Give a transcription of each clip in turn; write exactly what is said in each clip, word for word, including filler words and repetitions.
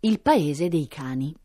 Il paese dei cani.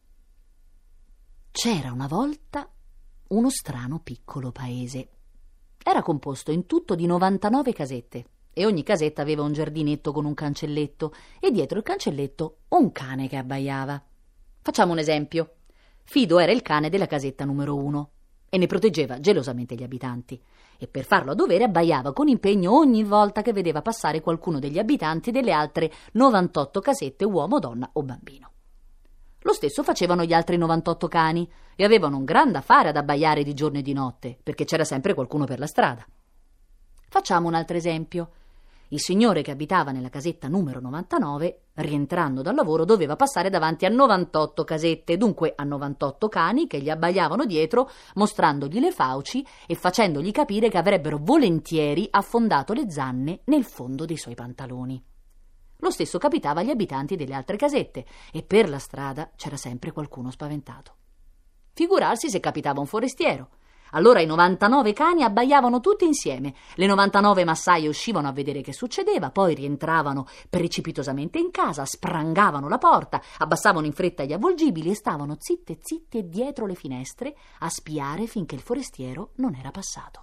C'era una volta uno strano piccolo paese. Era composto in tutto di novantanove casette e ogni casetta aveva un giardinetto con un cancelletto e dietro il cancelletto un cane che abbaiava. Facciamo un esempio. Fido era il cane della casetta numero uno e ne proteggeva gelosamente gli abitanti, e per farlo a dovere abbaiava con impegno ogni volta che vedeva passare qualcuno degli abitanti delle altre novantotto casette, uomo, donna o bambino. Lo stesso facevano gli altri novantotto cani e avevano un gran da fare ad abbaiare di giorno e di notte, perché c'era sempre qualcuno per la strada. Facciamo un altro esempio. Il signore che abitava nella casetta numero novantanove, rientrando dal lavoro, doveva passare davanti a novantotto casette, dunque a novantotto cani che gli abbaiavano dietro, mostrandogli le fauci e facendogli capire che avrebbero volentieri affondato le zanne nel fondo dei suoi pantaloni. Lo stesso capitava agli abitanti delle altre casette e per la strada c'era sempre qualcuno spaventato. Figurarsi se capitava un forestiero. Allora i novantanove cani abbaiavano tutti insieme, le novantanove massaie uscivano a vedere che succedeva, poi rientravano precipitosamente in casa, sprangavano la porta, abbassavano in fretta gli avvolgibili e stavano zitte zitte dietro le finestre a spiare finché il forestiero non era passato.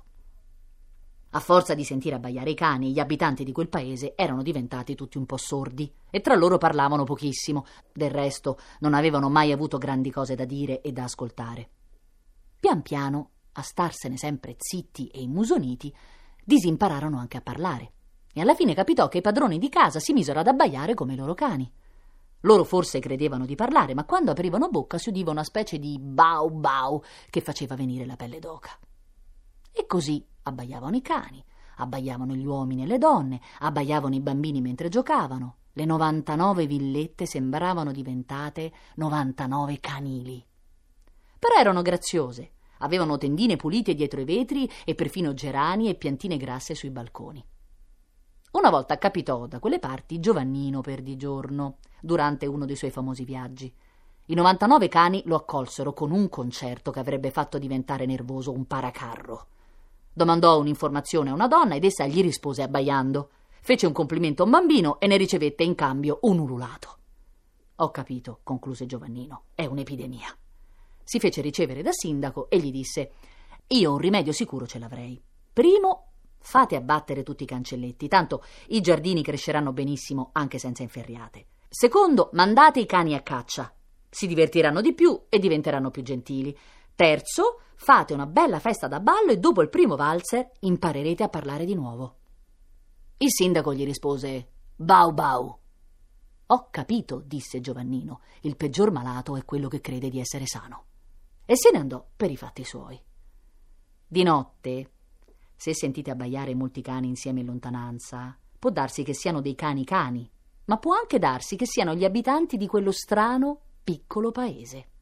A forza di sentire abbaiare i cani, gli abitanti di quel paese erano diventati tutti un po' sordi e tra loro parlavano pochissimo. Del resto non avevano mai avuto grandi cose da dire e da ascoltare. Pian piano, a starsene sempre zitti e immusoniti, disimpararono anche a parlare e alla fine capitò che i padroni di casa si misero ad abbaiare come i loro cani. Loro forse credevano di parlare, ma quando aprivano bocca si udiva una specie di bau bau che faceva venire la pelle d'oca. E così abbaiavano i cani, abbaiavano gli uomini e le donne, abbaiavano i bambini mentre giocavano. Le novantanove villette sembravano diventate novantanove canili. Però erano graziose, avevano tendine pulite dietro i vetri e perfino gerani e piantine grasse sui balconi. Una volta capitò da quelle parti Giovannino Perdigiorno, durante uno dei suoi famosi viaggi. I novantanove cani lo accolsero con un concerto che avrebbe fatto diventare nervoso un paracarro. Domandò un'informazione a una donna ed essa gli rispose abbaiando. Fece un complimento a un bambino e ne ricevette in cambio un ululato. «Ho capito», concluse Giovannino, «è un'epidemia». Si fece ricevere da sindaco e gli disse: «Io un rimedio sicuro ce l'avrei. Primo, fate abbattere tutti i cancelletti, tanto i giardini cresceranno benissimo anche senza inferriate. Secondo, mandate i cani a caccia. Si divertiranno di più e diventeranno più gentili. Terzo, fate una bella festa da ballo e dopo il primo valzer imparerete a parlare di nuovo». Il sindaco gli rispose: «Bau bau». «Ho capito», disse Giovannino, «il peggior malato è quello che crede di essere sano». E se ne andò per i fatti suoi. Di notte, se sentite abbaiare molti cani insieme in lontananza, può darsi che siano dei cani cani, ma può anche darsi che siano gli abitanti di quello strano piccolo paese.